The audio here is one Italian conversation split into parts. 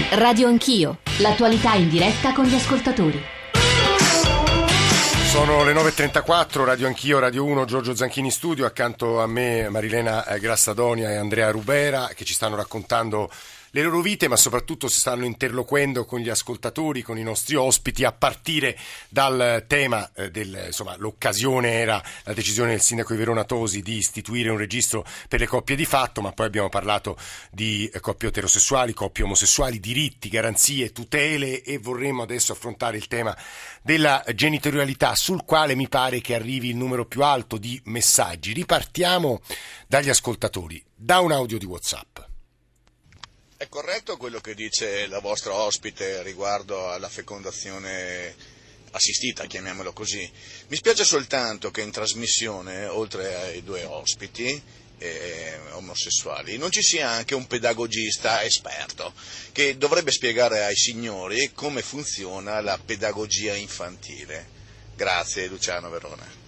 Radio Anch'io, l'attualità in diretta con gli ascoltatori. Sono le 9.34, Radio Anch'io, Radio 1, Giorgio Zanchini studio, accanto a me Marilena Grassadonia e Andrea Rubera che ci stanno raccontando le loro vite, ma soprattutto si stanno interloquendo con gli ascoltatori, con i nostri ospiti, a partire dal tema l'occasione era la decisione del sindaco di Verona Tosi di istituire un registro per le coppie di fatto, ma poi abbiamo parlato di coppie eterosessuali, coppie omosessuali, diritti, garanzie, tutele, e vorremmo adesso affrontare il tema della genitorialità, sul quale mi pare che arrivi il numero più alto di messaggi. Ripartiamo dagli ascoltatori, da un audio di WhatsApp. È corretto quello che dice la vostra ospite riguardo alla fecondazione assistita, chiamiamolo così. Mi spiace soltanto che in trasmissione, oltre ai due ospiti omosessuali, non ci sia anche un pedagogista esperto che dovrebbe spiegare ai signori come funziona la pedagogia infantile. Grazie, Luciano, Verona.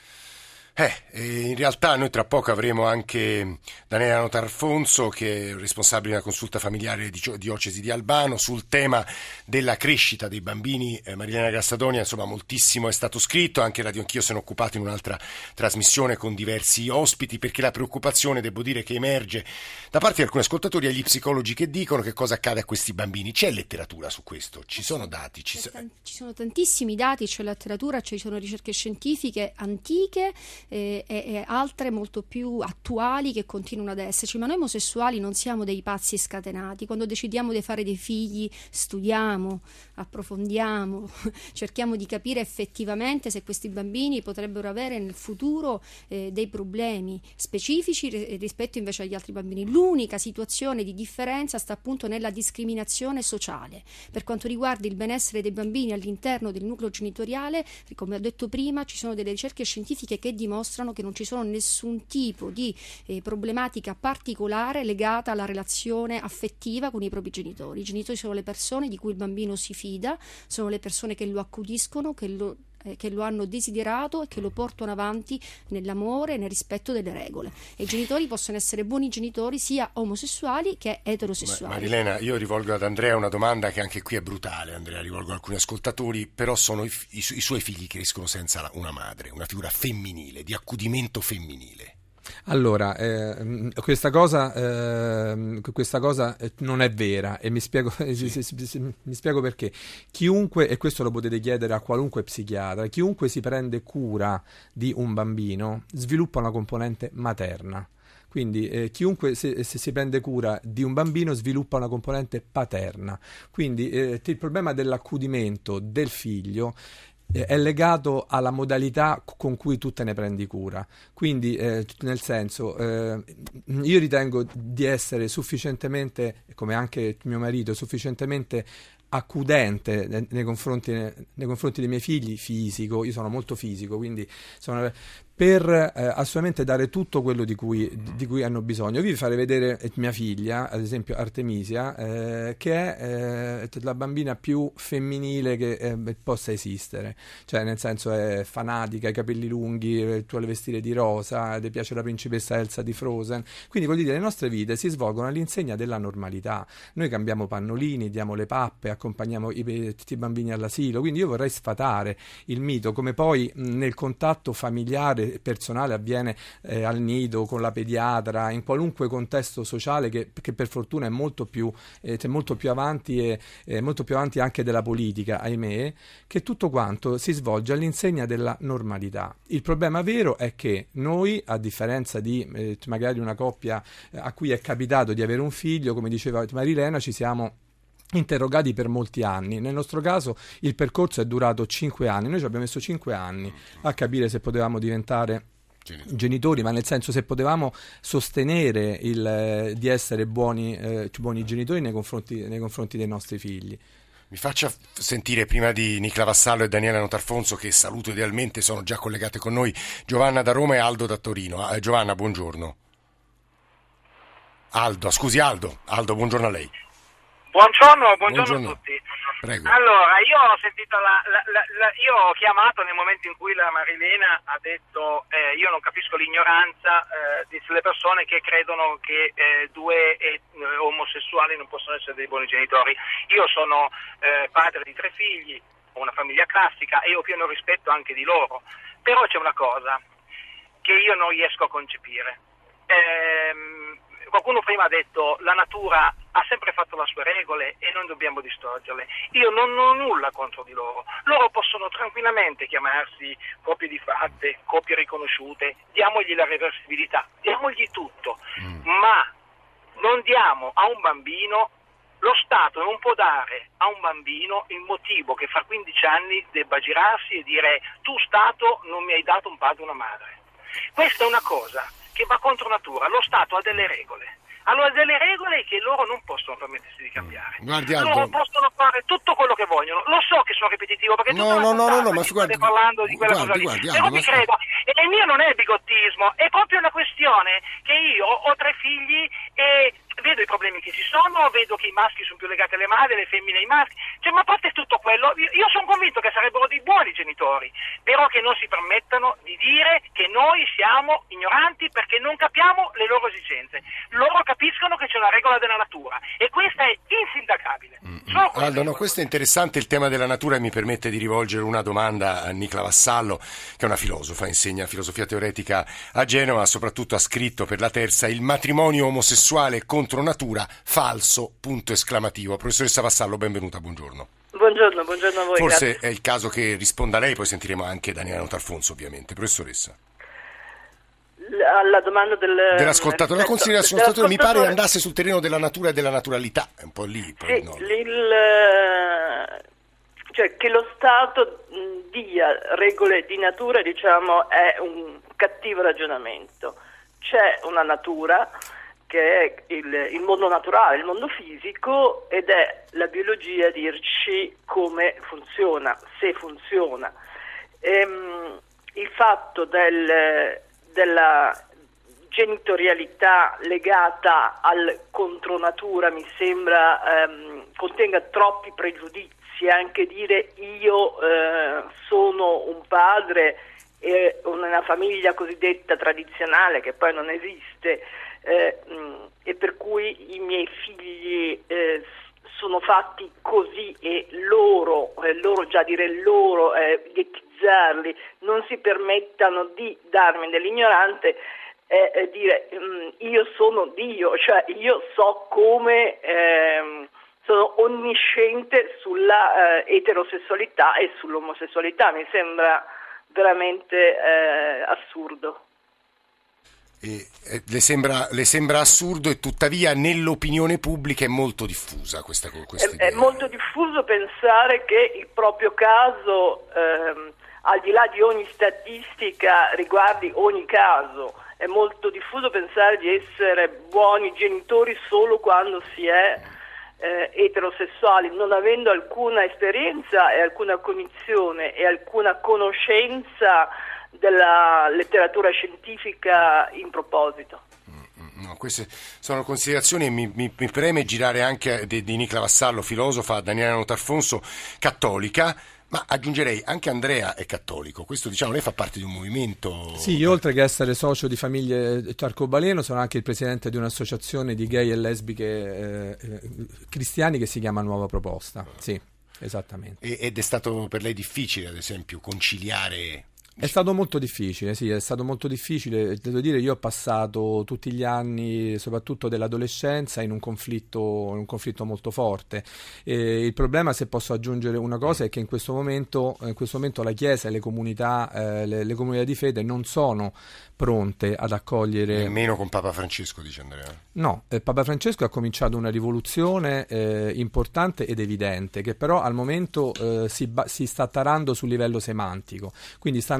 In realtà noi tra poco avremo anche Daniela Notarfonso, che è responsabile della consulta familiare di Diocesi di Albano, sul tema della crescita dei bambini. Marilena Grassadonia, insomma, moltissimo è stato scritto, anche Radio Anch'io se ne è occupato in un'altra trasmissione con diversi ospiti, perché la preoccupazione, devo dire, che emerge da parte di alcuni ascoltatori e gli psicologi che dicono che cosa accade a questi bambini. C'è letteratura su questo? Ci sono dati? Ci sono tantissimi dati, c'è letteratura, ci sono ricerche scientifiche antiche e altre molto più attuali che continuano ad esserci, ma noi omosessuali non siamo dei pazzi scatenati. Quando decidiamo di fare dei figli studiamo, approfondiamo, cerchiamo di capire effettivamente se questi bambini potrebbero avere nel futuro dei problemi specifici rispetto invece agli altri bambini. L'unica situazione di differenza sta appunto nella discriminazione sociale. Per quanto riguarda il benessere dei bambini all'interno del nucleo genitoriale, come ho detto prima, ci sono delle ricerche scientifiche che dimostrano che non ci sono nessun tipo di problematica particolare legata alla relazione affettiva con i propri genitori. I genitori sono le persone di cui il bambino si fida, sono le persone che lo accudiscono, che lo hanno desiderato e che lo portano avanti nell'amore e nel rispetto delle regole. E i genitori possono essere buoni genitori sia omosessuali che eterosessuali. Marilena, io rivolgo ad Andrea una domanda che anche qui è brutale. Andrea, rivolgo ad alcuni ascoltatori, però sono i suoi figli crescono senza una madre, una figura femminile, di accudimento femminile. Allora, questa cosa non è vera, e mi spiego perché. Chiunque, e questo lo potete chiedere a qualunque psichiatra, chiunque si prende cura di un bambino sviluppa una componente materna. Quindi chiunque se si prende cura di un bambino sviluppa una componente paterna. Quindi il problema dell'accudimento del figlio è legato alla modalità con cui tu te ne prendi cura. Quindi nel senso, io ritengo di essere sufficientemente, come anche mio marito, sufficientemente accudente nei confronti dei miei figli, fisico. Io sono molto fisico, quindi per assolutamente dare tutto quello di cui hanno bisogno. Io vi farei vedere mia figlia, ad esempio Artemisia, che è la bambina più femminile che possa esistere, cioè nel senso è fanatica, ha i capelli lunghi, vuole vestire di rosa, le piace la principessa Elsa di Frozen. Quindi voglio dire, le nostre vite si svolgono all'insegna della normalità. Noi cambiamo pannolini, diamo le pappe, accompagniamo tutti i bambini all'asilo. Quindi io vorrei sfatare il mito, come poi nel contatto familiare personale avviene al nido, con la pediatra, in qualunque contesto sociale che per fortuna è molto più avanti e molto più avanti anche della politica, ahimè, che tutto quanto si svolge all'insegna della normalità. Il problema vero è che noi, a differenza di magari una coppia a cui è capitato di avere un figlio, come diceva Marilena, ci siamo interrogati per molti anni. Nel nostro caso il percorso è durato 5 anni, noi ci abbiamo messo 5 anni a capire se potevamo diventare genitori, ma nel senso se potevamo sostenere di essere buoni genitori nei confronti dei nostri figli. Mi faccia sentire, prima di Nicola Vassallo e Daniela Notarfonso, che saluto idealmente, sono già collegate con noi, Giovanna da Roma e Aldo da Torino. Giovanna, buongiorno. Aldo, buongiorno a lei. Buongiorno a tutti. Prego. Allora, io ho sentito io ho chiamato nel momento in cui la Marilena ha detto io non capisco l'ignoranza delle persone che credono che due omosessuali non possono essere dei buoni genitori. Io sono padre di 3 figli, ho una famiglia classica e ho pieno rispetto anche di loro, però c'è una cosa che io non riesco a concepire. Qualcuno prima ha detto la natura ha sempre fatto le sue regole e non dobbiamo distruggerle. Io non ho nulla contro di loro. Loro possono tranquillamente chiamarsi coppie di fatte, coppie riconosciute, diamogli la reversibilità, diamogli tutto, ma non diamo a un bambino, lo Stato non può dare a un bambino il motivo che fra 15 anni debba girarsi e dire tu Stato non mi hai dato un padre e una madre. Questa è una cosa che va contro natura, lo Stato ha delle regole. Allora delle regole che loro non possono permettersi di cambiare. Guardi, loro possono fare tutto quello che vogliono. Lo so che sono ripetitivo perché no, ma state parlando di quella cosa lì. Però mi credo, e il mio non è bigottismo, è proprio una questione che io ho 3 figli e vedo i problemi che ci sono, vedo che i maschi sono più legati alle madri, le femmine ai maschi, ma a parte tutto quello, io sono convinto che sarebbero dei buoni genitori, però che non si permettano di dire che noi siamo ignoranti perché non capiamo le loro esigenze. Loro capiscono che c'è una regola della natura e questa è insindacabile. Allora, no, questo è interessante il tema della natura e mi permette di rivolgere una domanda a Nicla Vassallo, che è una filosofa, insegna filosofia teoretica a Genova, soprattutto ha scritto per La Terza il matrimonio omosessuale contro natura, falso, punto esclamativo. Professoressa Vassallo, benvenuta, buongiorno. Buongiorno a voi. Forse grazie. È il caso che risponda lei, poi sentiremo anche Daniela Notarfonso, ovviamente. Professoressa. Alla domanda dell'ascoltatore, la considerazione dell'ascoltatore mi pare andasse sul terreno della natura e della naturalità, è un po' lì. Poi sì, no. Cioè che lo Stato dia regole di natura, diciamo, è un cattivo ragionamento. C'è una natura che è il mondo naturale, il mondo fisico, ed è la biologia a dirci come funziona, se funziona. Il fatto della genitorialità legata al contronatura mi sembra contenga troppi pregiudizi. Anche dire io sono un padre e una famiglia cosiddetta tradizionale che poi non esiste e per cui i miei figli sono fatti così e loro già dire loro ghettizzarli, non si permettano di darmi dell'ignorante dire io sono Dio, cioè io so come sono onnisciente sulla eterosessualità e sull'omosessualità. Mi sembra veramente assurdo. Le sembra assurdo e tuttavia nell'opinione pubblica è molto diffusa questa idea. È molto diffuso pensare che il proprio caso, al di là di ogni statistica, riguardi ogni caso. È molto diffuso pensare di essere buoni genitori solo quando si è eterosessuali, non avendo alcuna esperienza e alcuna cognizione e alcuna conoscenza della letteratura scientifica in proposito. No, queste sono considerazioni e mi preme girare anche di Nicla Vassallo, filosofa, Daniela Notarfonso, cattolica, ma aggiungerei anche Andrea è cattolico. Questo, diciamo, lei fa parte di un movimento. Sì, io oltre che essere socio di Famiglie Arcobaleno sono anche il presidente di un'associazione di gay e lesbiche cristiani che si chiama Nuova Proposta. Sì, esattamente. Ed è stato per lei difficile, ad esempio, conciliare? È stato molto difficile, sì, è stato molto difficile. Devo dire, io ho passato tutti gli anni, soprattutto dell'adolescenza, in un conflitto molto forte. E il problema, se posso aggiungere una cosa, è che in questo momento la Chiesa e le comunità di fede non sono pronte ad accogliere. Nemmeno con Papa Francesco, dice Andrea. No, Papa Francesco ha cominciato una rivoluzione importante ed evidente, che però al momento si sta tarando sul livello semantico, quindi stanno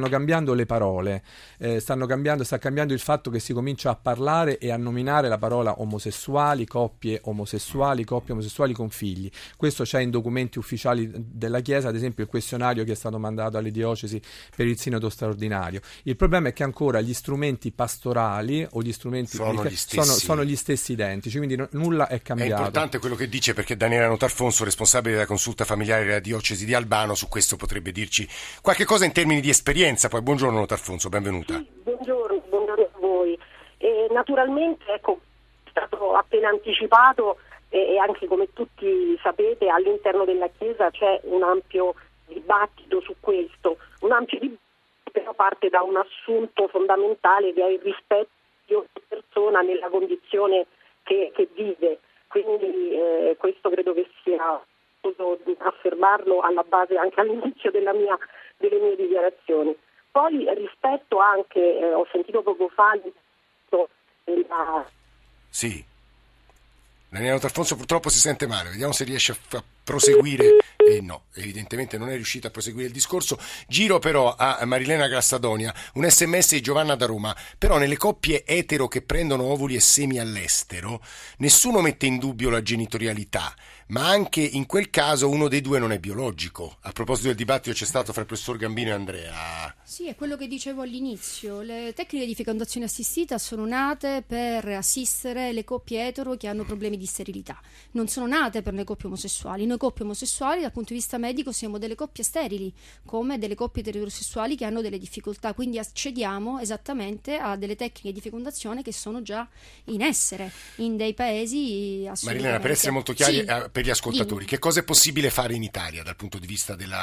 stanno cambiando le parole, sta cambiando il fatto che si comincia a parlare e a nominare la parola omosessuali, coppie omosessuali con figli. Questo c'è in documenti ufficiali della Chiesa, ad esempio il questionario che è stato mandato alle diocesi per il sinodo straordinario. Il problema è che ancora gli strumenti pastorali o gli strumenti sono gli stessi identici, quindi nulla è cambiato. È importante quello che dice, perché Daniela Notarfonso, responsabile della consulta familiare della diocesi di Albano, su questo potrebbe dirci qualche cosa in termini di esperienza. Poi buongiorno Notarfonso, benvenuta. Sì, buongiorno a voi. Naturalmente, ecco, è stato appena anticipato e anche come tutti sapete all'interno della Chiesa c'è un ampio dibattito su questo, però parte da un assunto fondamentale che è il rispetto di ogni persona nella condizione che vive, quindi questo credo che sia posso affermarlo alla base anche all'inizio delle mie dichiarazioni. Poi rispetto anche, ho sentito poco fa Sì, Daniela Notarfonso purtroppo si sente male, vediamo se riesce a proseguire. No, evidentemente non è riuscita a proseguire il discorso. Giro però a Marilena Grassadonia un sms di Giovanna da Roma. Però nelle coppie etero che prendono ovuli e semi all'estero nessuno mette in dubbio la genitorialità, ma anche in quel caso uno dei due non è biologico. A proposito del dibattito c'è stato fra il professor Gambino e Andrea. Sì, è quello che dicevo all'inizio. Le tecniche di fecondazione assistita sono nate per assistere le coppie etero che hanno problemi di sterilità, non sono nate per le coppie omosessuali. Noi coppie omosessuali dal punto di vista medico siamo delle coppie sterili, come delle coppie eterosessuali che hanno delle difficoltà, quindi accediamo esattamente a delle tecniche di fecondazione che sono già in essere in dei paesi assolutamente. Marilena, per essere molto chiari, sì, per gli ascoltatori, dimmi. che cosa è possibile fare in Italia dal punto di vista del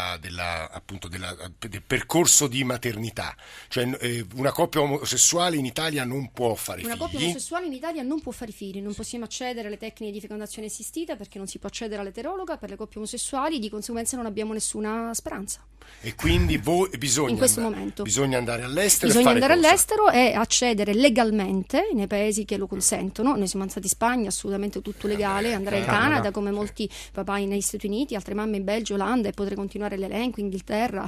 percorso di maternità? Cioè una coppia omosessuale in Italia non può fare Una figli? coppia omosessuale in Italia non può fare figli, non possiamo accedere alle tecniche di fecondazione assistita perché non si può accedere all'eterologa per le coppie omosessuali, di conseguenza non abbiamo nessuna speranza. E quindi in questo momento bisogna andare all'estero bisogna e fare andare cosa? all'estero e accedere legalmente nei paesi che lo consentono. Noi siamo stati in Spagna, assolutamente tutto legale, andare in Canada come molti papà negli Stati Uniti, altre mamme in Belgio, Olanda, e potrei continuare l'elenco, Inghilterra.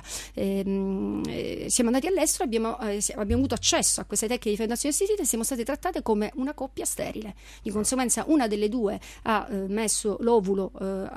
Siamo andati all'estero, abbiamo avuto accesso a queste tecniche di fecondazione assistita e siamo state trattate come una coppia sterile. Di conseguenza una delle due ha messo l'ovulo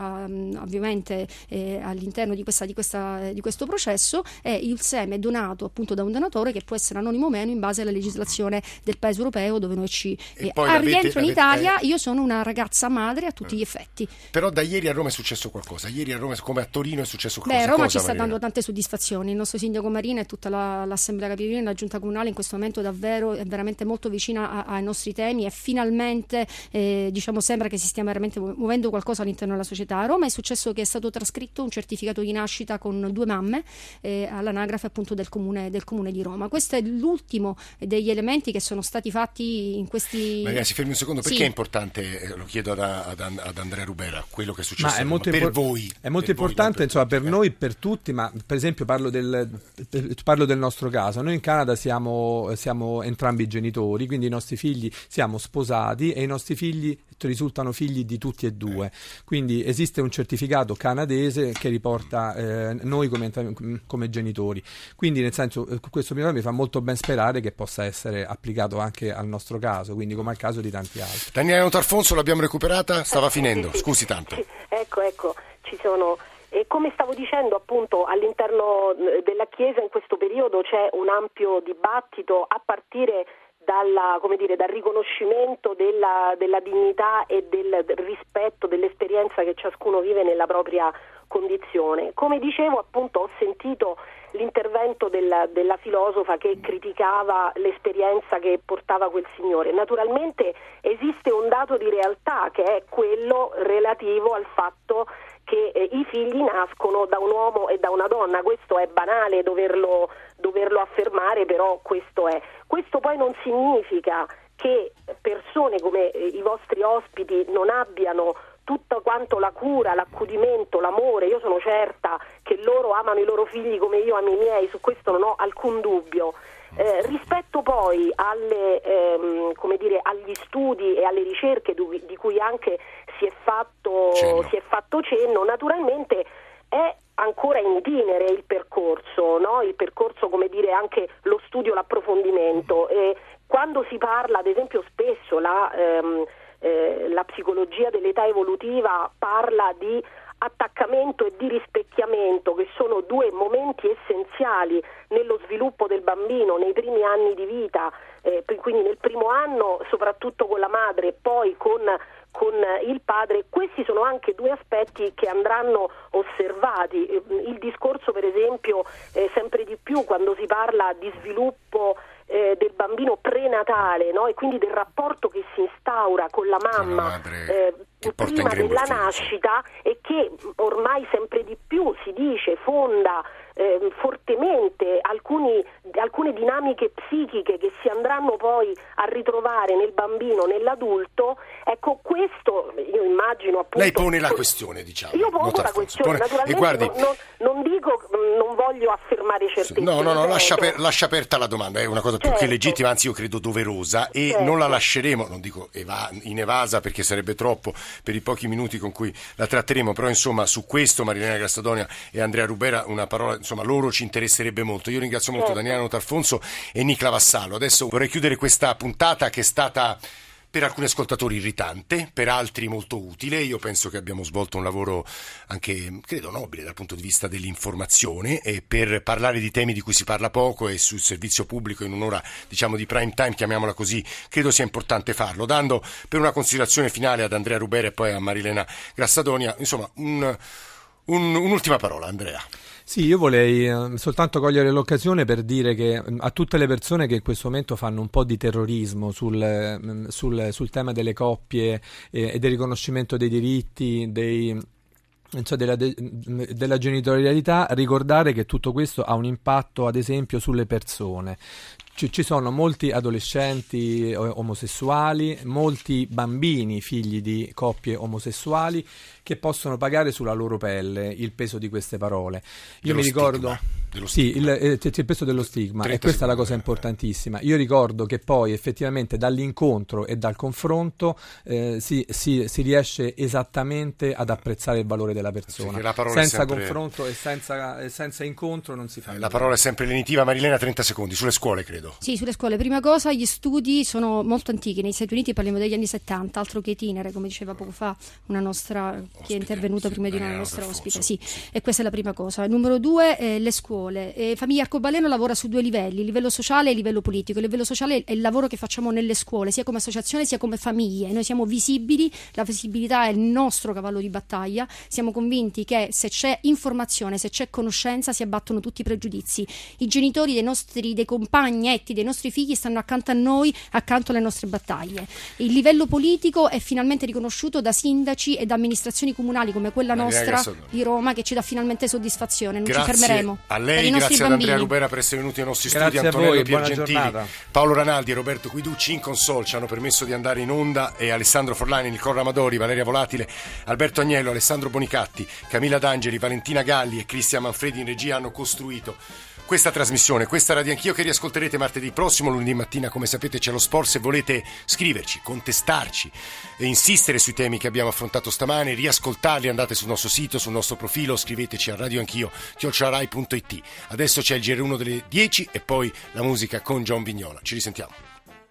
ovviamente all'interno di questo processo, e il seme è donato appunto da un donatore che può essere anonimo o meno in base alla legislazione del paese europeo dove noi ci al rientro in Italia io sono una ragazza madre a tutti gli effetti. Però da ieri a Roma è successo qualcosa, ieri a Roma come a Torino è successo qualcosa. A Roma cosa, ci sta Marilena? dando tante soddisfazioni, il nostro sindaco Marina e tutta l'assemblea capitolina e la giunta comunale in questo momento davvero è veramente molto vicina ai nostri temi e finalmente sembra che si stia veramente muovendo qualcosa all'interno della società. A Roma è successo che è stato trascritto un certificato di nascita con 2 mamme all'anagrafe appunto del comune di Roma. Questo è l'ultimo degli elementi che sono stati fatti in questi. Maria, si fermi un secondo, perché Sì. è importante, lo chiedo ad Andrea Rubera, quello che è successo Ma è molto per voi. È molto importante, insomma, per noi, per tutti, ma per esempio parlo del nostro caso. Noi in Canada siamo entrambi genitori, quindi i nostri figli siamo sposati e i nostri figli risultano figli di tutti e due. Quindi esiste un certificato canadese che riporta noi come genitori. Quindi nel senso questo mi fa molto ben sperare che possa essere applicato anche al nostro caso, quindi come al caso di tanti altri. Daniela Notarfonso l'abbiamo recuperata? Stava finendo, scusi tanto. Sì, ecco, ci sono. E come stavo dicendo appunto all'interno della Chiesa in questo periodo c'è un ampio dibattito a partire dal riconoscimento della dignità e del rispetto dell'esperienza che ciascuno vive nella propria condizione. Come dicevo appunto ho sentito l'intervento della filosofa che criticava l'esperienza che portava quel signore. Naturalmente esiste un dato di realtà che è quello relativo al fatto che i figli nascono da un uomo e da una donna. Questo è banale doverlo affermare, però questo è. Questo poi non significa che persone come i vostri ospiti non abbiano tutta quanto la cura, l'accudimento, l'amore. Io sono certa che loro amano i loro figli come io amo i miei, su questo non ho alcun dubbio. Rispetto poi agli studi e alle ricerche di cui anche si è fatto cenno, naturalmente è ancora in itinere il percorso, no? Il percorso, come dire, anche lo studio, l'approfondimento. E quando si parla, ad esempio, spesso la psicologia dell'età evolutiva parla di attaccamento e di rispecchiamento, che sono due momenti essenziali nello sviluppo del bambino nei primi anni di vita, quindi nel primo anno soprattutto con la madre e poi con il padre. Questi sono anche due aspetti che andranno osservati. Il discorso, per esempio, sempre di più quando si parla di sviluppo del bambino prenatale, no? E quindi del rapporto che si instaura con la mamma prima della nascita, e che ormai sempre di più si dice fonda fortemente alcune dinamiche psichiche che si andranno poi a ritrovare nel bambino, nell'adulto. Ecco, questo io immagino, appunto. Lei pone la questione, diciamo. Io pongo la questione, naturalmente guardi, non dico, non voglio affermare certezze. No, lascia aperta la domanda, è una cosa più che legittima, anzi io credo doverosa, e non la lasceremo, non dico inevasa perché sarebbe troppo per i pochi minuti con cui la tratteremo, però insomma su questo Marilena Grassadonia e Andrea Rubera una parola, insomma loro ci interesserebbe molto. Io ringrazio molto Daniela Tarfonso e Nicla Vassallo. Adesso vorrei chiudere questa puntata che è stata per alcuni ascoltatori irritante, per altri molto utile. Io penso che abbiamo svolto un lavoro anche, credo, nobile dal punto di vista dell'informazione, e per parlare di temi di cui si parla poco e sul servizio pubblico in un'ora, diciamo, di prime time, chiamiamola così, credo sia importante farlo, dando per una considerazione finale ad Andrea Rubera e poi a Marilena Grassadonia, insomma, un'ultima parola, Andrea. Sì, io vorrei soltanto cogliere l'occasione per dire che a tutte le persone che in questo momento fanno un po' di terrorismo sul tema delle coppie e del riconoscimento dei diritti, della genitorialità, ricordare che tutto questo ha un impatto, ad esempio, sulle persone. Ci sono molti adolescenti omosessuali, molti bambini figli di coppie omosessuali che possono pagare sulla loro pelle il peso di queste parole. Io mi ricordo il peso dello stigma, e questa è la cosa importantissima. Io ricordo che poi effettivamente dall'incontro e dal confronto si riesce esattamente ad apprezzare il valore della persona. Senza confronto e senza incontro non si fa. La parola è sempre lenitiva. Marilena, 30 secondi, sulle scuole credo. Sì, sulle scuole. Prima cosa, gli studi sono molto antichi. Negli Stati Uniti parliamo degli anni 70, altro che itinere, come diceva poco fa una nostra che è intervenuta prima di una nostra ospite. Sì, e questa è la prima cosa. Numero 2, le scuole. Famiglia Arcobaleno lavora su 2 livelli, il livello sociale e il livello politico. Il livello sociale è il lavoro che facciamo nelle scuole, sia come associazione sia come famiglie. Noi siamo visibili, la visibilità è il nostro cavallo di battaglia. Siamo convinti che se c'è informazione, se c'è conoscenza, si abbattono tutti i pregiudizi. I genitori dei compagnetti dei nostri figli stanno accanto a noi, accanto alle nostre battaglie. Il livello politico è finalmente riconosciuto da sindaci e da amministrazioni comunali come quella nostra di Roma, che ci dà finalmente soddisfazione. Non ci fermeremo. A lei, grazie ad Andrea Rubera per essere venuti ai nostri studi, Antonello Piergentili, Paolo Ranaldi e Roberto Guiducci in console ci hanno permesso di andare in onda, e Alessandro Forlani, Nicola Amadori, Valeria Volatile, Alberto Agnello, Alessandro Bonicatti, Camilla D'Angeli, Valentina Galli e Cristian Manfredi in regia hanno costruito questa trasmissione, questa Radio Anch'io, che riascolterete martedì prossimo. Lunedì mattina, come sapete, c'è lo sport. Se volete scriverci, contestarci e insistere sui temi che abbiamo affrontato stamane, riascoltarli, andate sul nostro sito, sul nostro profilo, scriveteci a radioanchio@rai.it. Adesso c'è il GR1 delle 10 e poi la musica con John Vignola. Ci risentiamo.